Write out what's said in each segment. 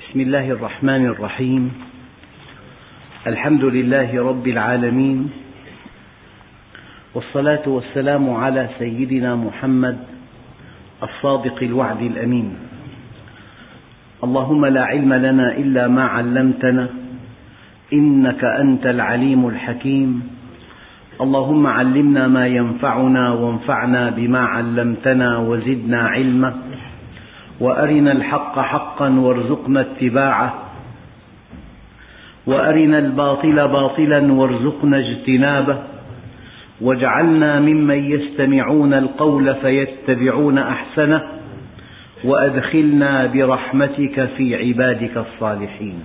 بسم الله الرحمن الرحيم. الحمد لله رب العالمين، والصلاة والسلام على سيدنا محمد الصادق الوعد الأمين. اللهم لا علم لنا إلا ما علمتنا، إنك أنت العليم الحكيم. اللهم علمنا ما ينفعنا وانفعنا بما علمتنا وزدنا علما، وأرنا الحق حقا وارزقنا اتباعه، وأرنا الباطل باطلا وارزقنا اجتنابه، واجعلنا ممن يستمعون القول فيتبعون أحسنه، وأدخلنا برحمتك في عبادك الصالحين.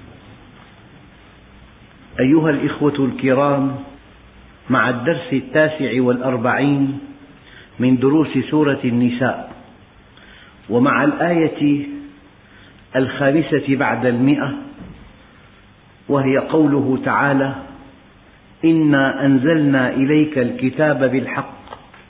أيها الإخوة الكرام، مع الدرس 49 من دروس سورة النساء، ومع الآية 5 بعد 100، وهي قوله تعالى: إنا أنزلنا إليك الكتاب بالحق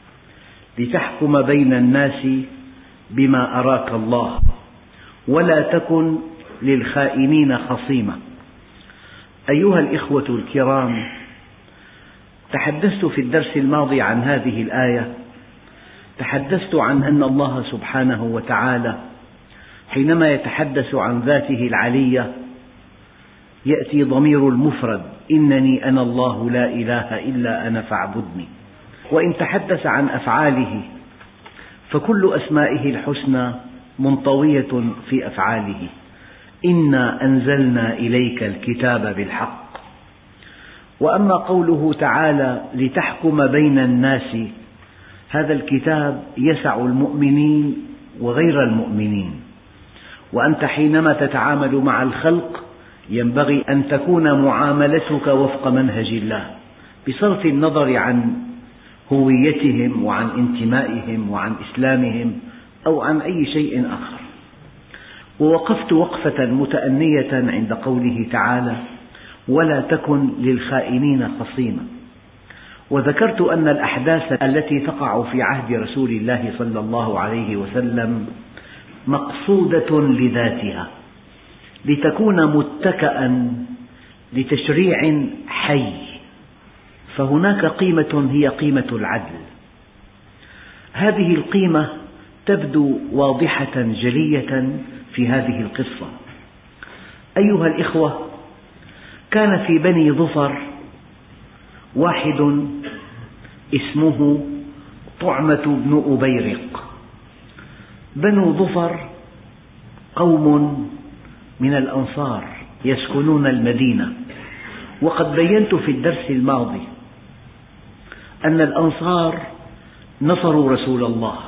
لتحكم بين الناس بما أراك الله ولا تكن للخائنين خصيما. أيها الإخوة الكرام، تحدثت في الدرس الماضي عن هذه الآية. تحدثت عن أن الله سبحانه وتعالى حينما يتحدث عن ذاته العلية يأتي ضمير المفرد: إنني أنا الله لا إله إلا أنا فاعبدني. وإن تحدث عن أفعاله فكل أسمائه الحسنى منطوية في أفعاله. إنا أنزلنا إليك الكتاب بالحق. وأما قوله تعالى: لتحكم بين الناس، هذا الكتاب يسع المؤمنين وغير المؤمنين، وأنت حينما تتعامل مع الخلق ينبغي أن تكون معاملتك وفق منهج الله، بصرف النظر عن هويتهم وعن انتمائهم وعن إسلامهم أو عن أي شيء آخر. ووقفت وقفة متأنية عند قوله تعالى: ولا تكن للخائنين خصيما. وذكرت أن الأحداث التي تقع في عهد رسول الله صلى الله عليه وسلم مقصودة لذاتها، لتكون متكأً لتشريع حي، فهناك قيمة هي قيمة العدل. هذه القيمة تبدو واضحة جلية في هذه القصة. أيها الإخوة، كان في بني ظفر واحد اسمه طعمة بن أبيرق. بنو ظفر قوم من الأنصار يسكنون المدينة، وقد بينت في الدرس الماضي أن الأنصار نصروا رسول الله،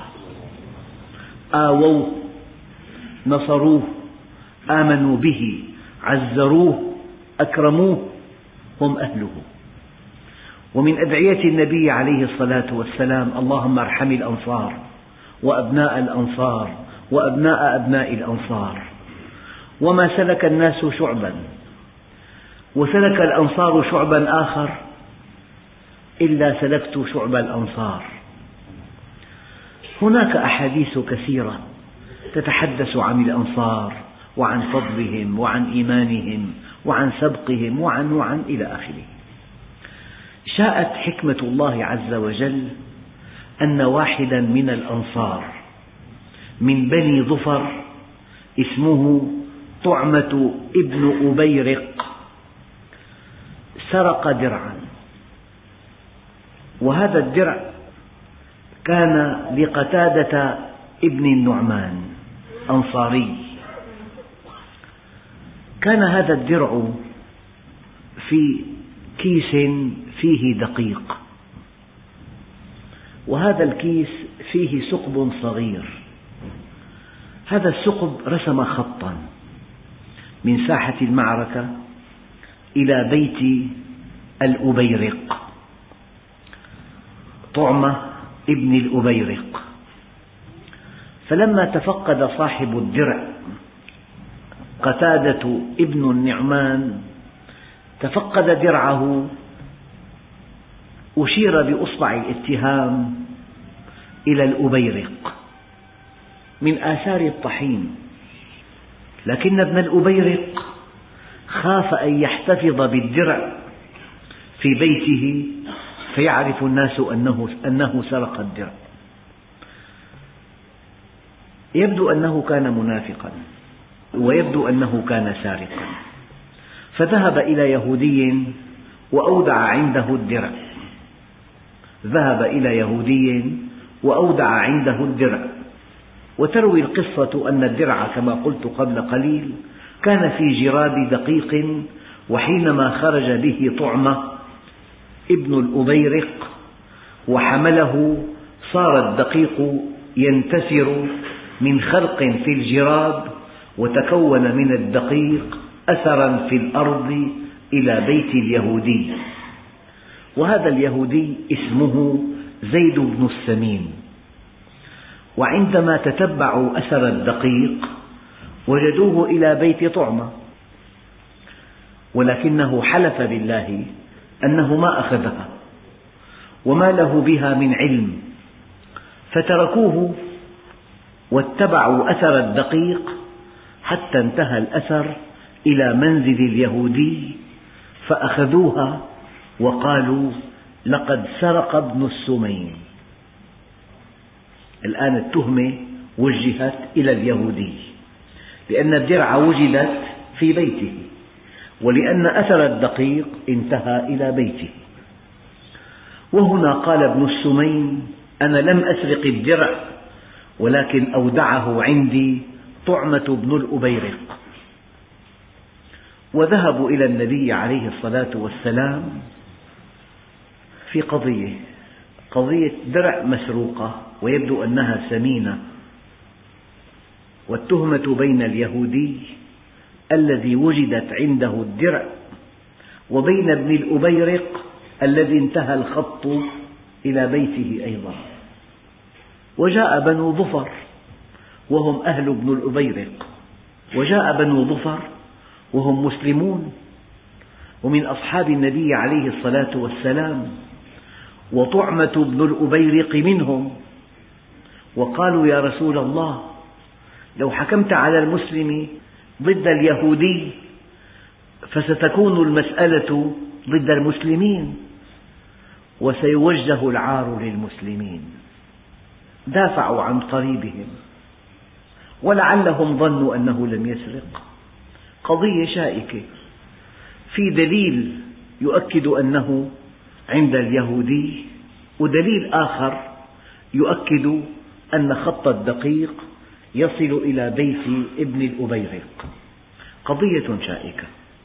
آووه، نصروه، آمنوا به، عزروه، أكرموه، هم أهله. ومن أدعية النبي عليه الصلاة والسلام: اللهم ارحم الأنصار وأبناء الأنصار وأبناء أبناء الأنصار. وما سلك الناس شعبا وسلك الأنصار شعبا آخر إلا سلكت شعب الأنصار. هناك أحاديث كثيرة تتحدث عن الأنصار وعن فضلهم وعن إيمانهم وعن سبقهم وعن إلى آخره. شاءت حكمة الله عز وجل أن واحدا من الأنصار من بني ظفر اسمه طعمة ابن أبيرق سرق درعا، وهذا الدرع كان لقتادة ابن النعمان أنصاري. كان هذا الدرع في كيس فيه دقيق، وهذا الكيس فيه ثقب صغير. هذا الثقب رسم خطا من ساحة المعركة إلى بيت الأبيرق، طعمة ابن الأبيرق. فلما تفقد صاحب الدرع قتادة ابن النعمان تفقد درعه، أشير بإصبع الاتهام إلى الأبيرق من آثار الطحين. لكن ابن الأبيرق خاف أن يحتفظ بالدرع في بيته فيعرف الناس أنه سرق الدرع. يبدو أنه كان منافقا، ويبدو أنه كان سارقا، فذهب إلى يهودي وأودع عنده الدرع. ذهب إلى يهودي وأودع عنده الدرع. وتروي القصة أن الدرع كما قلت قبل قليل كان في جراب دقيق، وحينما خرج به طعمة ابن الأبيرق وحمله صار الدقيق ينتثر من خرق في الجراب، وتكون من الدقيق أثرا في الأرض إلى بيت اليهودي. وهذا اليهودي اسمه زيد بن السمين. وعندما تتبعوا أثر الدقيق وجدوه إلى بيت طعمة، ولكنه حلف بالله أنه ما أخذها وما له بها من علم، فتركوه واتبعوا أثر الدقيق حتى انتهى الأثر إلى منزل اليهودي، فأخذوها وقالوا لقد سرق ابن السمين. الآن التهمة وجهت إلى اليهودي، لأن الدرع وجدت في بيته، ولأن أثر الدقيق انتهى إلى بيته. وهنا قال ابن السمين: أنا لم أسرق الدرع، ولكن أودعه عندي طعمة بن الأبيرق. وذهبوا إلى النبي عليه الصلاة والسلام في قضية درع مسروقة، ويبدو أنها ثمينة، والتهمة بين اليهودي الذي وجدت عنده الدرع وبين ابن الأبيرق الذي انتهى الخط إلى بيته أيضا. وجاء بنو ظفر وهم أهل ابن الأبيرق، وجاء بنو ظفر وهم مسلمون ومن أصحاب النبي عليه الصلاة والسلام، وطعمة بن الأبيرق منهم، وقالوا: يا رسول الله، لو حكمت على المسلم ضد اليهودي فستكون المسألة ضد المسلمين وسيوجه العار للمسلمين. دافعوا عن قريبهم، ولعلهم ظنوا أنه لم يسرق. قضية شائكة، في دليل يؤكد أنه عند اليهودي، ودليل آخر يؤكد أن خط الدقيق يصل إلى بيت ابن الأبيرق. قضية شائكة.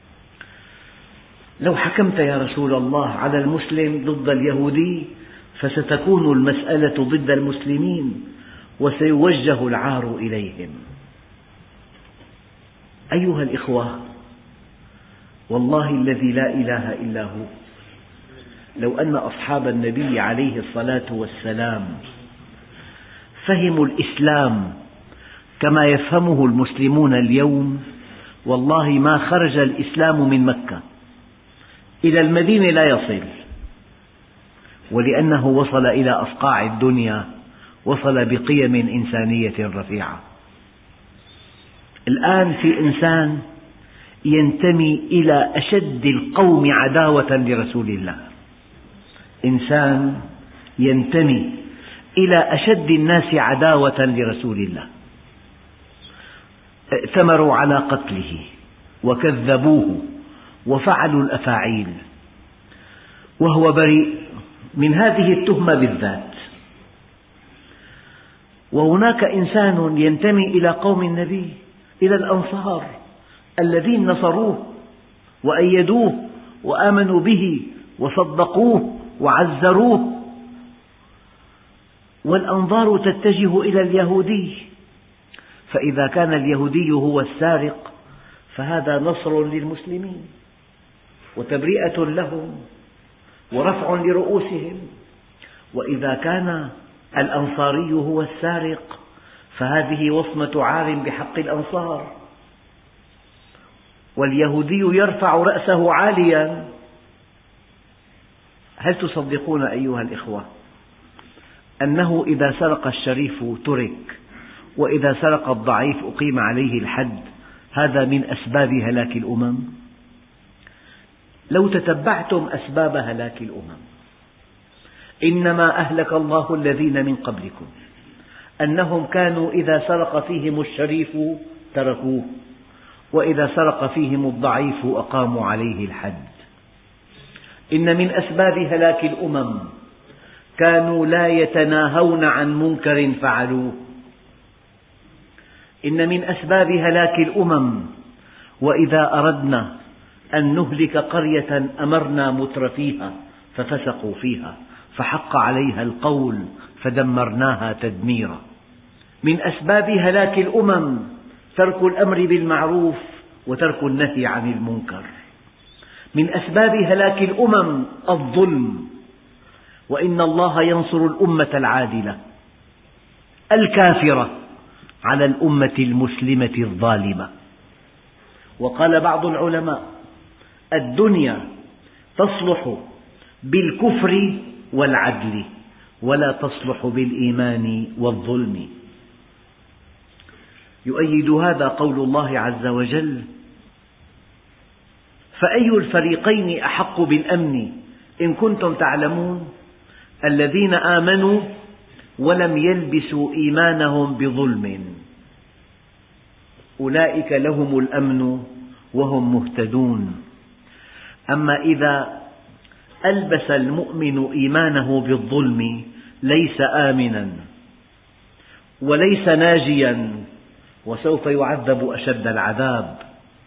لو حكمت يا رسول الله على المسلم ضد اليهودي فستكون المسألة ضد المسلمين وسيوجه العار إليهم. أيها الإخوة، والله الذي لا إله إلا هو، لو أن أصحاب النبي عليه الصلاة والسلام فهموا الإسلام كما يفهمه المسلمون اليوم، والله ما خرج الإسلام من مكة، إلى المدينة لا يصل، ولأنه وصل إلى أصقاع الدنيا، وصل بقيم إنسانية رفيعة. الآن في إنسان ينتمي إلى أشد القوم عداوة لرسول الله، إنسان ينتمي إلى أشد الناس عداوة لرسول الله، ائتمروا على قتله وكذبوه وفعلوا الأفاعيل، وهو بريء من هذه التهمة بالذات. وهناك إنسان ينتمي إلى قوم النبي، إلى الأنصار الذين نصروه وأيدوه وآمنوا به وصدقوه وعزروه، والأنظار تتجه إلى اليهودي. فإذا كان اليهودي هو السارق فهذا نصر للمسلمين وتبرئة لهم ورفع لرؤوسهم، وإذا كان الأنصاري هو السارق فهذه وصمة عار بحق الأنصار، واليهودي يرفع رأسه عاليا. هل تصدقون أيها الإخوة أنه إذا سرق الشريف ترك، وإذا سرق الضعيف أقيم عليه الحد، هذا من أسباب هلاك الأمم. لو تتبعتم أسباب هلاك الأمم، إنما أهلك الله الذين من قبلكم أنهم كانوا إذا سرق فيهم الشريف تركوه، وإذا سرق فيهم الضعيف أقاموا عليه الحد. إن من أسباب هلاك الأمم كانوا لا يتناهون عن منكر فعلوه. إن من أسباب هلاك الأمم وإذا أردنا أن نهلك قرية أمرنا مترفيها ففسقوا فيها فحق عليها القول فدمرناها تدميرا. من أسباب هلاك الأمم ترك الأمر بالمعروف وترك النهي عن المنكر. من أسباب هلاك الأمم الظلم، وإن الله ينصر الأمة العادلة الكافرة على الأمة المسلمة الظالمة. وقال بعض العلماء: الدنيا تصلح بالكفر والعدل ولا تصلح بالإيمان والظلم. يؤيد هذا قول الله عز وجل: فأي الفريقين أحق بالأمن إن كنتم تعلمون الذين آمنوا ولم يلبسوا إيمانهم بظلم أولئك لهم الأمن وهم مهتدون. أما إذا ألبس المؤمن إيمانه بالظلم ليس آمنا وليس ناجيا، وسوف يعذب أشد العذاب.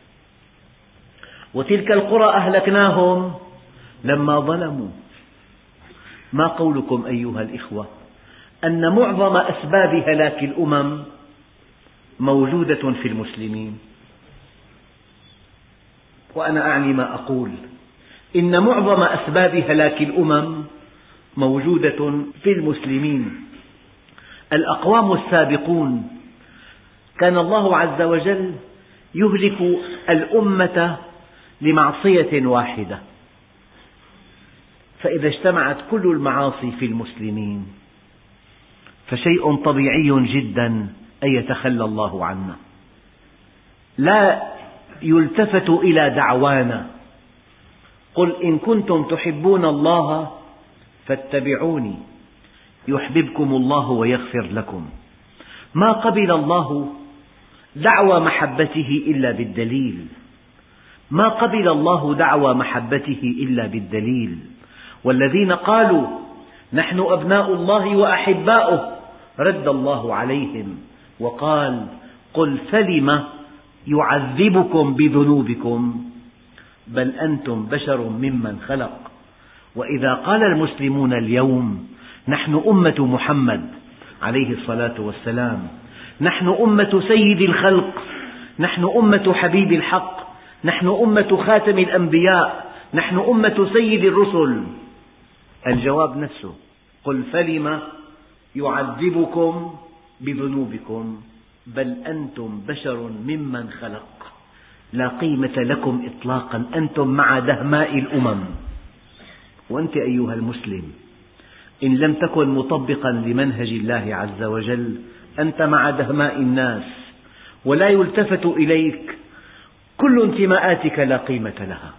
وتلك القرى أهلكناهم لما ظلموا. ما قولكم أيها الإخوة أن معظم أسباب هلاك الأمم موجودة في المسلمين؟ وأنا أعني ما أقول، إن معظم أسباب هلاك الأمم موجودة في المسلمين. الأقوام السابقون كان الله عز وجل يهلك الأمة لمعصية واحدة، فإذا اجتمعت كل المعاصي في المسلمين فشيء طبيعي جدا أن يتخلى الله عنا. لا يلتفت إلى دعوانا: قل إن كنتم تحبون الله فاتبعوني يحببكم الله ويغفر لكم. ما قبل الله دعوى محبته إلا بالدليل، ما قبل الله دعوى محبته إلا بالدليل. والذين قالوا نحن أبناء الله وأحباؤه رد الله عليهم وقال: قل فلم يعذبكم بذنوبكم بل أنتم بشر ممن خلق. وإذا قال المسلمون اليوم نحن أمة محمد عليه الصلاة والسلام، نحن أمة سيد الخلق، نحن أمة حبيب الحق، نحن أمة خاتم الأنبياء، نحن أمة سيد الرسل، الجواب نفسه: قل فلم يعذبكم بذنوبكم بل أنتم بشر ممن خلق. لا قيمة لكم إطلاقا، أنتم مع دهماء الأمم. وأنت أيها المسلم إن لم تكن مطبقا لمنهج الله عز وجل أنت مع دهماء الناس، ولا يلتفت إليك، كل انتماءاتك لا قيمة لها.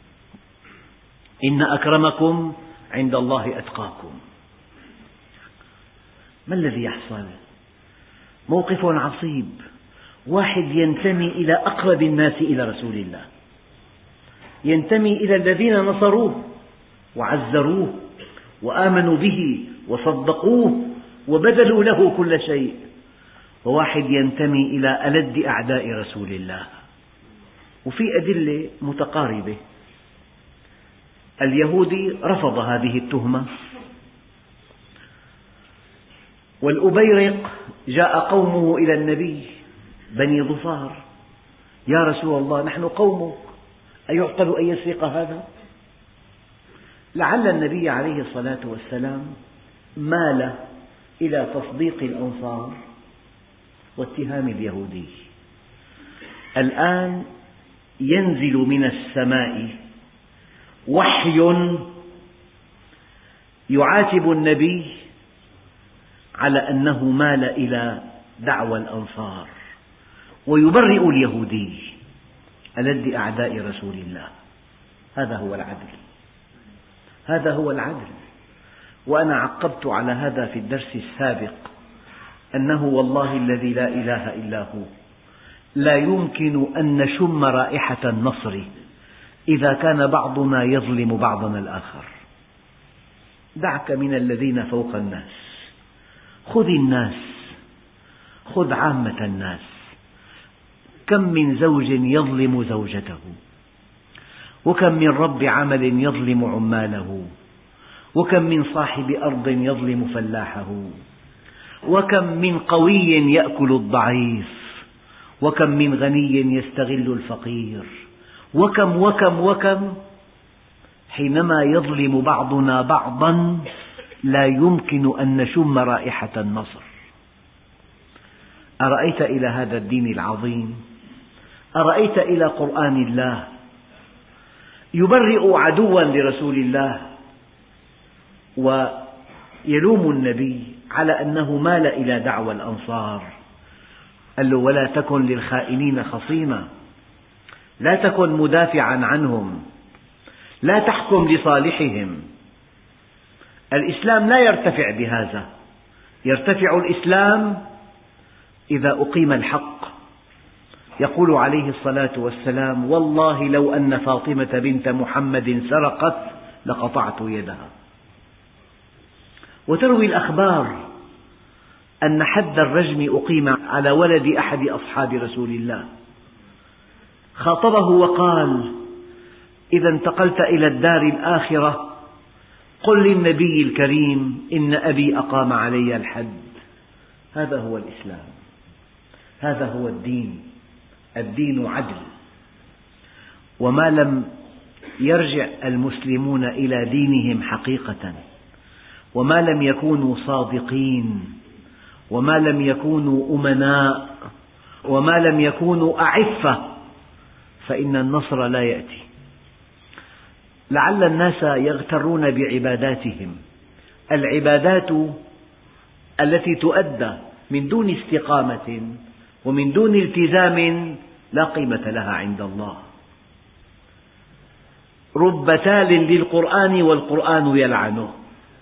إن أكرمكم عند الله أتقاكم. ما الذي يحصل؟ موقف عصيب، واحد ينتمي إلى أقرب الناس إلى رسول الله، ينتمي إلى الذين نصروه وعزروه وآمنوا به وصدقوه وبذلوا له كل شيء، وواحد ينتمي إلى ألد أعداء رسول الله. وفي أدلة متقاربة. اليهودي رفض هذه التهمة، والأبيرق جاء قومه إلى النبي بني ظفار: يا رسول الله نحن قومك، أيعقل أن يسرق هذا؟ لعل النبي عليه الصلاة والسلام مال إلى تصديق الأنصار واتهام اليهودي. الآن ينزل من السماء وحي يعاتب النبي على أنه مال إلى دعوى الأنصار، ويبرئ اليهودي ألد أعداء رسول الله. هذا هو العدل، هذا هو العدل. وأنا عقبت على هذا في الدرس السابق أنه والله الذي لا إله إلا هو لا يمكن أن نشم رائحة النصر إذا كان بعضنا يظلم بعضنا الآخر. دعك من الذين فوق الناس، خذ الناس، خذ عامة الناس. كم من زوج يظلم زوجته، وكم من رب عمل يظلم عماله، وكم من صاحب أرض يظلم فلاحه، وكم من قوي يأكل الضعيف، وكم من غني يستغل الفقير، وكم. حينما يظلم بعضنا بعضا لا يمكن أن نشم رائحة النصر. أرأيت إلى هذا الدين العظيم، أرأيت إلى قرآن الله يبرئ عدوا لرسول الله ويلوم النبي على أنه مال إلى دعوى الأنصار. قال له: ولا تكن للخائنين خصيما، لا تكن مدافعا عنهم، لا تحكم لصالحهم. الإسلام لا يرتفع بهذا، يرتفع الإسلام إذا أقيم الحق. يقول عليه الصلاة والسلام: والله لو أن فاطمة بنت محمد سرقت لقطعت يدها. وتروي الأخبار أن حد الرجم أقيم على ولد أحد أصحاب رسول الله، خاطبه وقال: إذا انتقلت إلى الدار الآخرة قل للنبي الكريم إن أبي أقام علي الحد. هذا هو الإسلام، هذا هو الدين. الدين عدل. وما لم يرجع المسلمون إلى دينهم حقيقة، وما لم يكونوا صادقين، وما لم يكونوا أمناء، وما لم يكونوا أعفة، فإن النصر لا يأتي. لعل الناس يغترون بعباداتهم. العبادات التي تؤدى من دون استقامة ومن دون التزام لا قيمة لها عند الله. رب تال للقرآن والقرآن يلعنه.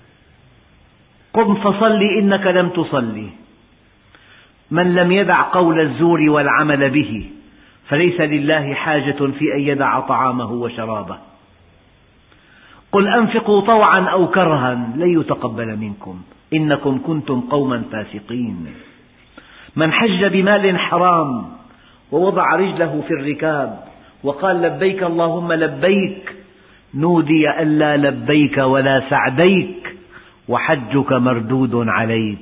قم فصل إنك لم تصل. من لم يدع قول الزور والعمل به فليس لله حاجة في أن يدع طعامه وشرابه. قل أنفقوا طوعا أو كرها لن يتقبل منكم إنكم كنتم قوما فاسقين. من حج بمال حرام ووضع رجله في الركاب وقال لبيك اللهم لبيك نودي ألا لبيك ولا سعديك وحجك مردود عليك.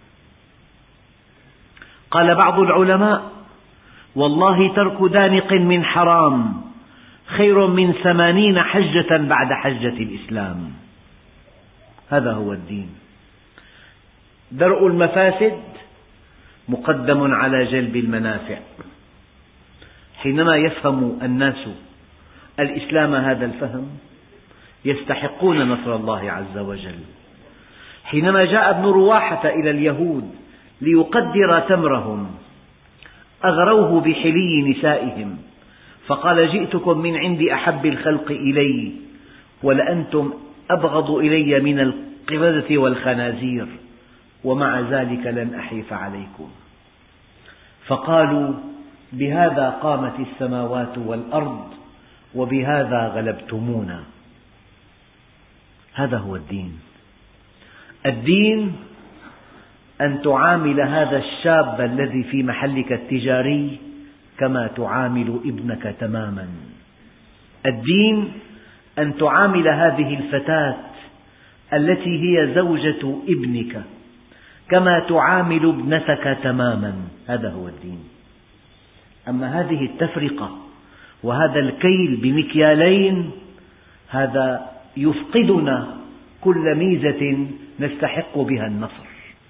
قال بعض العلماء: والله ترك دانق من حرام خير من 80 حجة بعد حجة الإسلام. هذا هو الدين. درء المفاسد مقدم على جلب المنافع. حينما يفهم الناس الإسلام هذا الفهم يستحقون نصر الله عز وجل. حينما جاء ابن رواحة إلى اليهود ليقدر تمرهم أغروه بحلي نسائهم فقال: جئتكم من عند أحب الخلق إلي ولأنتم أبغض إلي من القردة والخنازير ومع ذلك لن أحيف عليكم. فقالوا: بهذا قامت السماوات والأرض وبهذا غلبتمونا. هذا هو الدين. الدين أن تعامل هذا الشاب الذي في محلك التجاري كما تعامل ابنك تماما. الدين أن تعامل هذه الفتاة التي هي زوجة ابنك كما تعامل ابنتك تماما. هذا هو الدين. أما هذه التفرقة وهذا الكيل بمكيالين هذا يفقدنا كل ميزة نستحق بها النصر.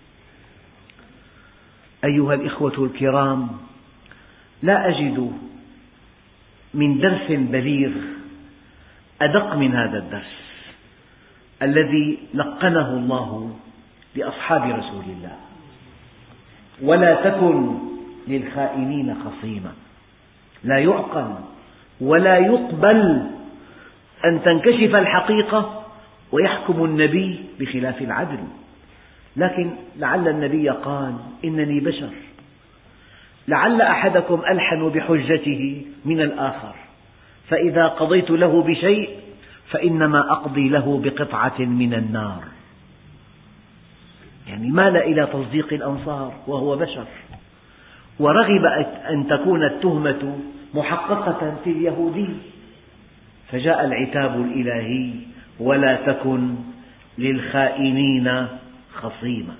أيها الإخوة الكرام، لا أجد من درس بليغ أدق من هذا الدرس الذي لقنه الله لأصحاب رسول الله. ولا تكن للخائنين خصيما. لا يعقل ولا يقبل أن تنكشف الحقيقة ويحكم النبي بخلاف العدل، لكن لعل النبي قال: إنني بشر، لعل أحدكم ألحن بحجته من الآخر، فإذا قضيت له بشيء فإنما أقضي له بقطعة من النار. يعني مال إلى تصديق الأنصار وهو بشر، ورغب أن تكون التهمة محققة في اليهودي، فجاء العتاب الإلهي: ولا تكن للخائنين خصيما.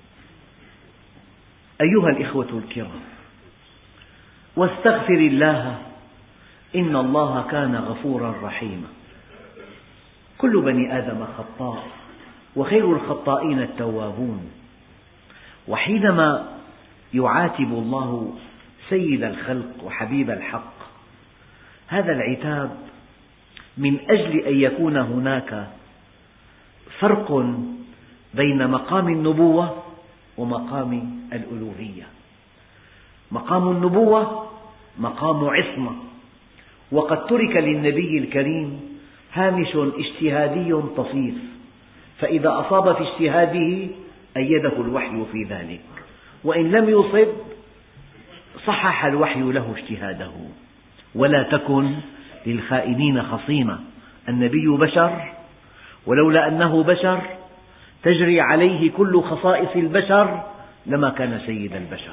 أيها الإخوة الكرام، واستغفر الله إن الله كان غفورا رحيما. كل بني آدم خطاء، وخير الخطائين التوابون. وحينما يعاتب الله سيد الخلق وحبيب الحق، هذا العتاب من أجل أن يكون هناك فرق بين مقام النبوة ومقام الألوهية. مقام النبوة مقام عصمة، وقد ترك للنبي الكريم هامش اجتهادي طفيف، فإذا أصاب في اجتهاده أيده الوحي في ذلك، وإن لم يصب صحح الوحي له اجتهاده. ولا تكن للخائنين خصيما. النبي بشر، ولولا أنه بشر تجري عليه كل خصائص البشر لما كان سيد البشر.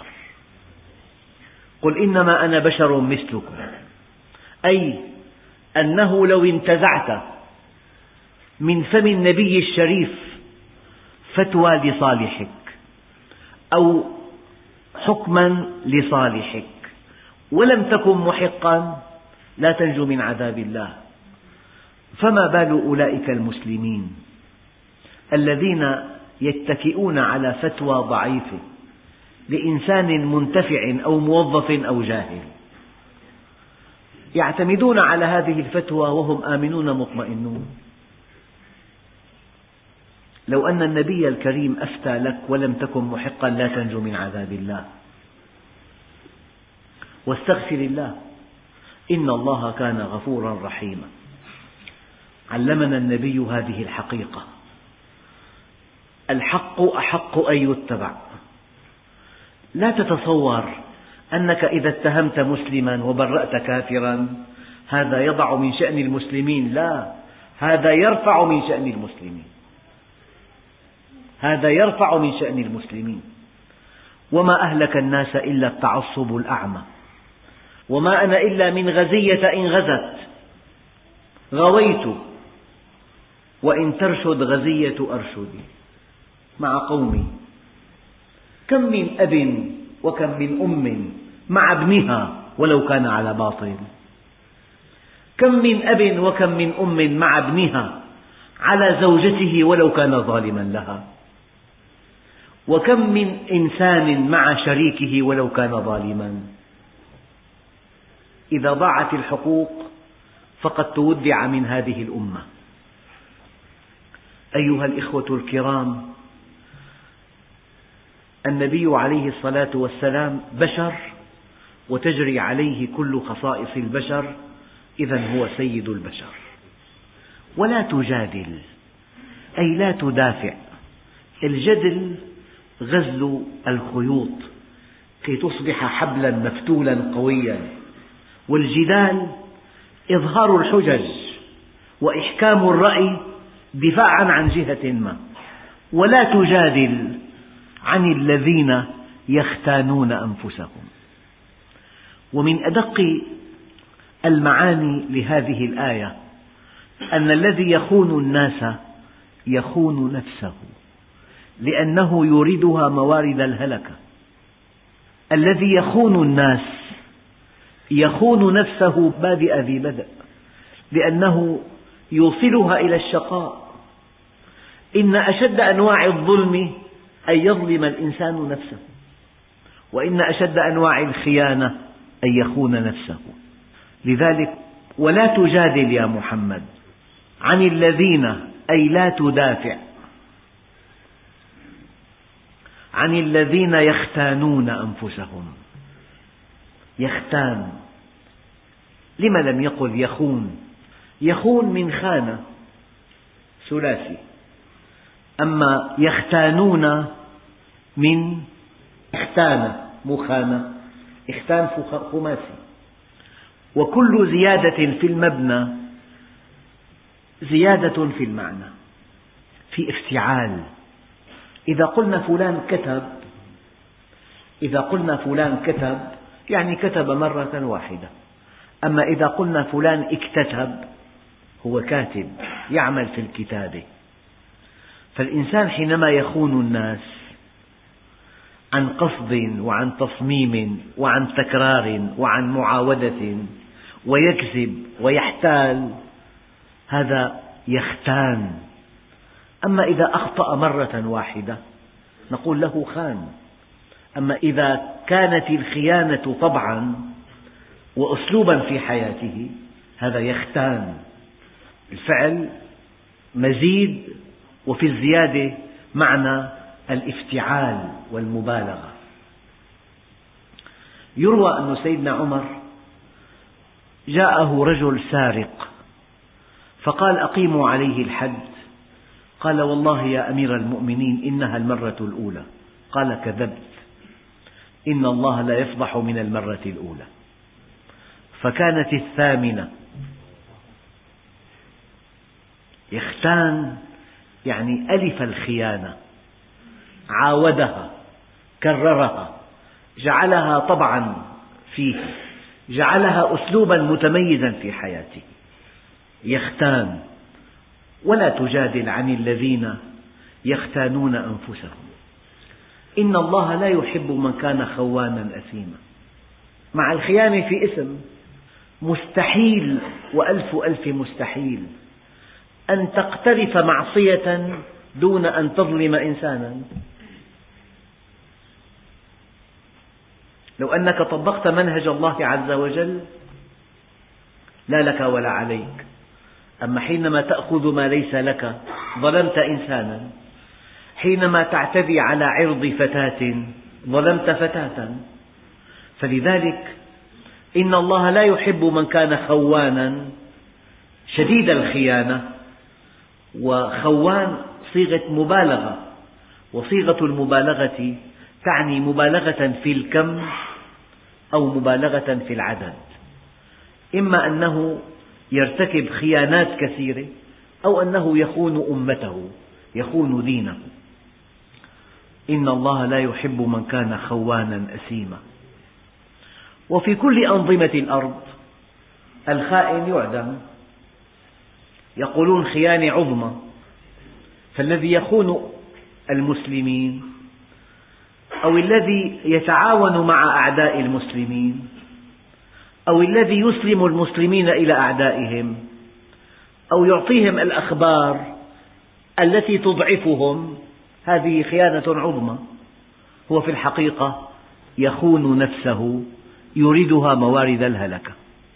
قل إنما أنا بشر مثلكم، أي أنه لو انتزعت من فم النبي الشريف فتوى لصالحك أو حكما لصالحك ولم تكن محقا لا تنجو من عذاب الله. فما بال أولئك المسلمين الذين يتكئون على فتوى ضعيفة لإنسان منتفع أو موظف أو جاهل، يعتمدون على هذه الفتوى وهم آمنون مطمئنون. لو أن النبي الكريم أفتى لك ولم تكن محقا لا تنجو من عذاب الله. واستغفر الله إن الله كان غفورا رحيما. علمنا النبي هذه الحقيقة: الحق أحق أن يتبع. لا تتصور أنك إذا اتهمت مسلما وبرأت كافرا هذا يضع من شأن المسلمين، لا، هذا يرفع من شأن المسلمين، هذا يرفع من شأن المسلمين. وما أهلك الناس إلا التعصب الأعمى، وما أنا إلا من غزية إن غزت غويت، وإن ترشد غزية أرشدي مع قومي. كم من أب وكم من أم مع ابنها ولو كان على باطل، كم من أب وكم من أم مع ابنها على زوجته ولو كان ظالما لها، وكم من إنسان مع شريكه ولو كان ظالما. إذا ضاعت الحقوق فقد تودع من هذه الأمة. أيها الإخوة الكرام، النبي عليه الصلاة والسلام بشر وتجري عليه كل خصائص البشر، إذن هو سيد البشر. ولا تجادل أي لا تدافع. الجدل غزل الخيوط كي تصبح حبلا مفتولا قويا، والجدال إظهار الحجج وإحكام الرأي دفاعا عن جهة ما. ولا تجادل عن الذين يختانون أنفسهم. ومن أدق المعاني لهذه الآية أن الذي يخون الناس يخون نفسه، لأنه يوردها موارد الهلكة. الذي يخون الناس يخون نفسه بادئ ذي بدء، لأنه يوصلها إلى الشقاء. إن أشد أنواع الظلم أن يظلم الإنسان نفسه، وإن أشد أنواع الخيانة أن يخون نفسه. لذلك ولا تجادل يا محمد عن الذين، أي لا تدافع عن الذين يختانون أنفسهم. يختان. لم لم يقل يخون؟ يخون من خان ثلاثي، أما يختانون من اختان مخانة، اختان خماسي. وكل زيادة في المبنى زيادة في المعنى، في افتعال. إذا قلنا فلان كتب يعني كتب مرة واحدة، أما إذا قلنا فلان اكتتب هو كاتب يعمل في الكتابة. فالإنسان حينما يخون الناس عن قصد وعن تصميم وعن تكرار وعن معاودة ويكذب ويحتال، هذا يختان. أما إذا أخطأ مرة واحدة نقول له خان. أما إذا كانت الخيانة طبعا وأسلوبا في حياته هذا يختان. الفعل مزيد، وفي الزيادة معنى الافتعال والمبالغة. يروى أن سيدنا عمر جاءه رجل سارق فقال: أقيموا عليه الحد. قال: والله يا أمير المؤمنين إنها المرة الأولى. قال: كذبت، إن الله لا يفضح من المرة الأولى. فكانت الثامنة. يختان يعني ألف الخيانة، عاودها، كررها، جعلها طبعا فيه، جعلها أسلوبا متميزا في حياته. يختان. ولا تجادل عن الذين يختانون أنفسهم، إن الله لا يحب من كان خوانا أثيما. مع الخيانة في اسم. مستحيل وألف مستحيل أن تقترف معصية دون أن تظلم إنسانا. لو أنك طبقت منهج الله عز وجل لا لك ولا عليك. أما حينما تأخذ ما ليس لك ظلمت إنسانا، حينما تعتدي على عرض فتاة ظلمت فتاة. فلذلك إن الله لا يحب من كان خوانا شديد الخيانة. وخوان صيغة مبالغة، وصيغة المبالغة تعني مبالغة في الكم أو مبالغة في العدد. إما أنه يرتكب خيانات كثيرة أو أنه يخون أمته، يخون دينه. إن الله لا يحب من كان خوانا أثيما. وفي كل أنظمة الأرض الخائن يعدم. يقولون خيانة عظمى. فالذي يخون المسلمين أو الذي يتعاون مع أعداء المسلمين أو الذي يسلم المسلمين إلى أعدائهم أو يعطيهم الأخبار التي تضعفهم، هذه خيانة عظمى. هو في الحقيقة يخون نفسه، يريدها موارد الهلكة.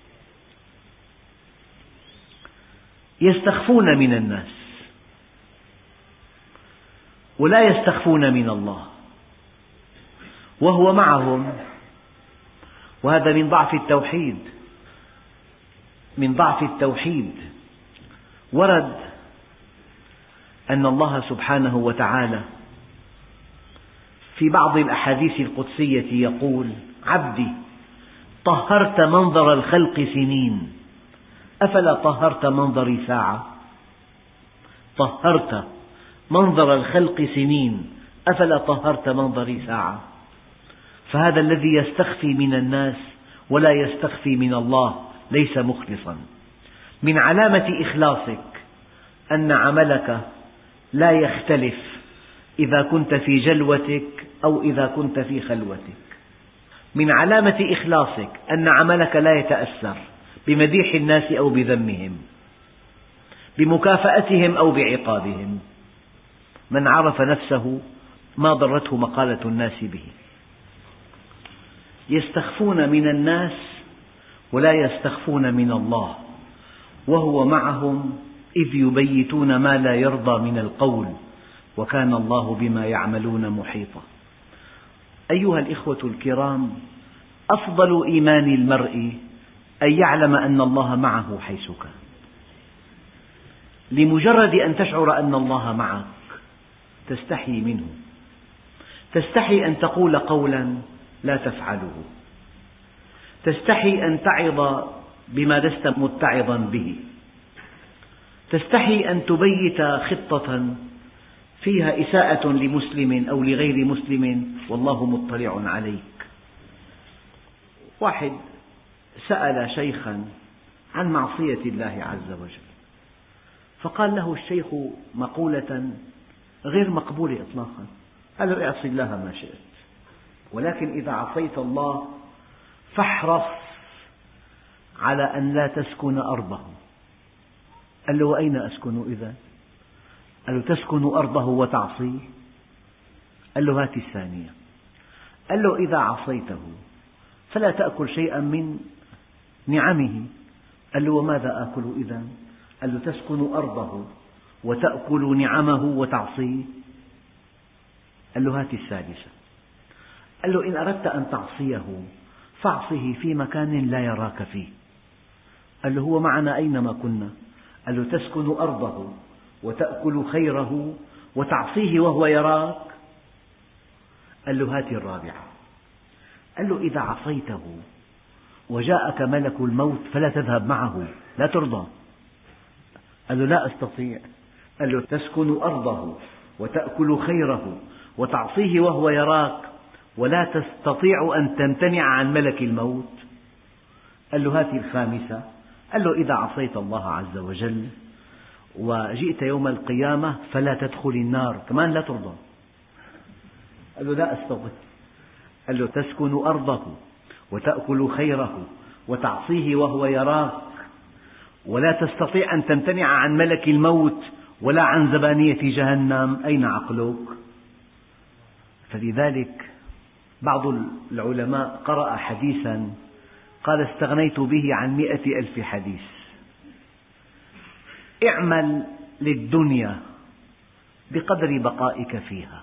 يستخفون من الناس ولا يستخفون من الله وهو معهم. وهذا من ضعف التوحيد، من ضعف التوحيد. ورد أن الله سبحانه وتعالى في بعض الأحاديث القدسية يقول: عبدي طهرت منظر الخلق سنين أفلا طهرت منظري ساعة. طهرت منظر الخلق سنين أفلا طهرت منظري ساعة. فهذا الذي يستخفي من الناس ولا يستخفي من الله ليس مخلصا. من علامة إخلاصك أن عملك لا يختلف إذا كنت في جلوتك أو إذا كنت في خلوتك. من علامة إخلاصك أن عملك لا يتأثر بمديح الناس أو بذمهم، بمكافأتهم أو بعقابهم. من عرف نفسه ما ضرته مقالة الناس به. يستخفون من الناس ولا يستخفون من الله، وهو معهم إذ يبيتون ما لا يرضى من القول، وكان الله بما يعملون محيطا. أيها الإخوة الكرام، أفضل إيمان المرء أن يعلم أن الله معه حيث كان. لمجرد أن تشعر أن الله معك تستحي منه، تستحي أن تقول قولا لا تفعله، تستحي أن تعظ بما لست متعظا به، تستحي أن تبيت خطة فيها إساءة لمسلم أو لغير مسلم والله مطلع عليك. واحد سأل شيخا عن معصية الله عز وجل، فقال له الشيخ مقولة غير مقبولة إطلاقا، قال له: اعص الله ما شئت، ولكن إذا عصيت الله فاحرص على أن لا تسكن أرضه. قال له: وأين أسكن إذن؟ قال له: تسكن أرضه وتعصيه؟ قال له: هات الثانية. قال له: إذا عصيته فلا تأكل شيئا من نعمه. قال له: وماذا آكل إذن؟ قال له: تسكن أرضه وتأكل نعمه وتعصيه. قال له: هات الثالثة. قال له: إن أردت أن تعصيه فاعصه في مكان لا يراك فيه. قال له: هو معنا أينما كنا. قال له: تسكن أرضه وتأكل خيره وتعصيه وهو يراك. قال له: هات الرابعة. قال له: إذا عصيته وجاءك ملك الموت فلا تذهب معه، لا ترضى. قال له: لا أستطيع. قال له: تسكن أرضه وتأكل خيره وتعصيه وهو يراك ولا تستطيع أن تمتنع عن ملك الموت. قال له: هات الخامسة. قال له: إذا عصيت الله عز وجل وجئت يوم القيامة فلا تدخل النار، كمان لا ترضى. قال له: لا أستطيع. قال له: تسكن أرضه وتأكل خيره وتعصيه وهو يراك ولا تستطيع أن تمتنع عن ملك الموت ولا عن زبانية جهنم، أين عقلك؟ فلذلك بعض العلماء قرأ حديثا قال: استغنيت به عن 100,000 حديث. اعمل للدنيا بقدر بقائك فيها،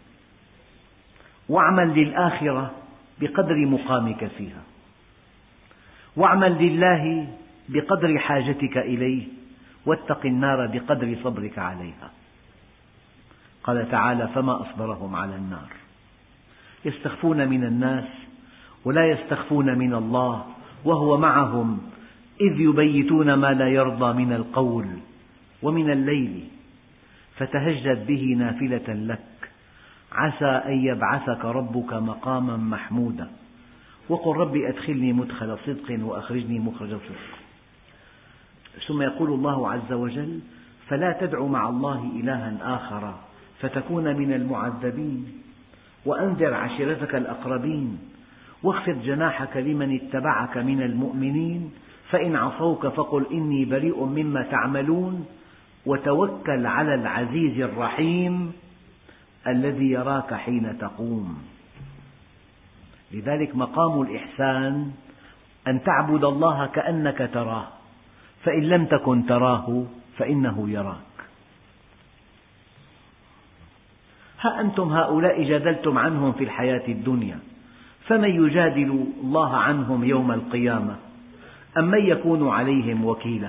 واعمل للآخرة بقدر مقامك فيها، واعمل لله بقدر حاجتك إليه، واتق النار بقدر صبرك عليها. قال تعالى: فما أصبرهم على النار. يستخفون من الناس ولا يستخفون من الله وهو معهم إذ يبيتون ما لا يرضى من القول ومن الليل فتهجد به نافلة لك عسى أن يبعثك ربك مقاما محمودا وقل رب أدخلني مدخل صدق وأخرجني مخرج صدق. ثم يقول الله عز وجل: فلا تدع مع الله إلها آخر فتكون من المعذبين وأنذر عشيرتك الأقربين واخفض جناحك لمن اتبعك من المؤمنين فإن عصوك فقل إني بريء مما تعملون وتوكل على العزيز الرحيم الذي يراك حين تقوم. لذلك مقام الإحسان أن تعبد الله كأنك تراه، فإن لم تكن تراه فإنه يراك. ها أنتم هؤلاء جادلتم عنهم في الحياة الدنيا، فمن يجادل الله عنهم يوم القيامة أم من يكون عليهم وكيلا؟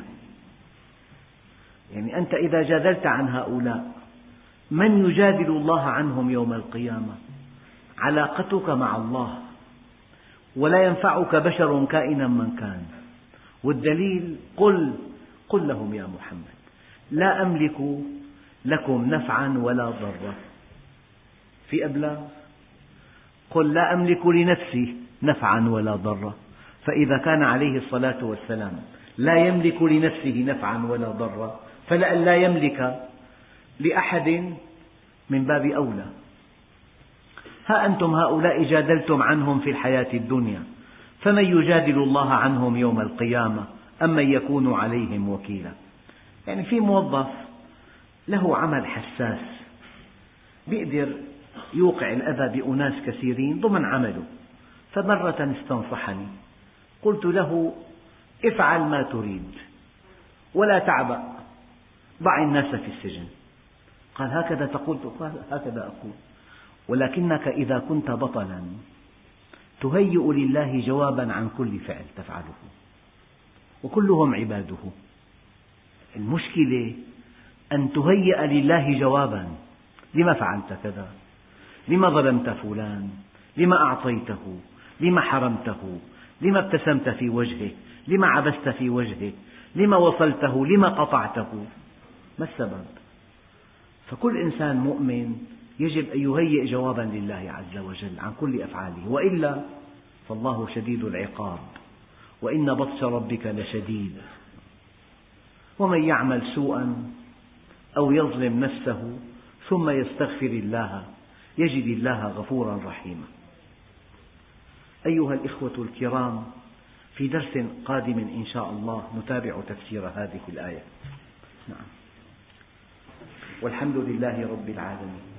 يعني أنت إذا جادلت عن هؤلاء من يجادل الله عنهم يوم القيامة؟ علاقتك مع الله، ولا ينفعك بشر كائنا من كان. والدليل: قل لهم يا محمد لا أملك لكم نفعا ولا ضرا. في أبلاغ؟ قل لا أملك لنفسي نفعا ولا ضرا. فإذا كان عليه الصلاة والسلام لا يملك لنفسه نفعا ولا ضرا فلأن لا يملك لأحد من باب أولى. ها أنتم هؤلاء جادلتم عنهم في الحياة الدنيا، فمن يجادل الله عنهم يوم القيامة أم من يكون عليهم وكيلا؟ يعني في موظف له عمل حساس يقدر يوقع الأذى بأناس كثيرين ضمن عمله، فمرة استنصحني قلت له: افعل ما تريد ولا تعبأ، ضع الناس في السجن. قال: هكذا تقول؟ قال: هكذا أقول، ولكنك إذا كنت بطلا تهيئ لله جوابا عن كل فعل تفعله، وكلهم عباده. المشكلة أن تهيئ لله جوابا: لم فعلت كذا؟ لم ظلمت فلان؟ لم أعطيته؟ لم حرمته؟ لم ابتسمت في وجهه؟ لم عبست في وجهه؟ لم وصلته؟ لم قطعته؟ ما السبب؟ فكل إنسان مؤمن يجب أن يهيئ جوابا لله عز وجل عن كل أفعاله، وإلا فالله شديد العقاب، وإن بطش ربك لشديد. ومن يعمل سوءا أو يظلم نفسه ثم يستغفر الله يجد الله غفورا رحيما. أيها الإخوة الكرام، في درس قادم إن شاء الله نتابع تفسير هذه الآية. والحمد لله رب العالمين.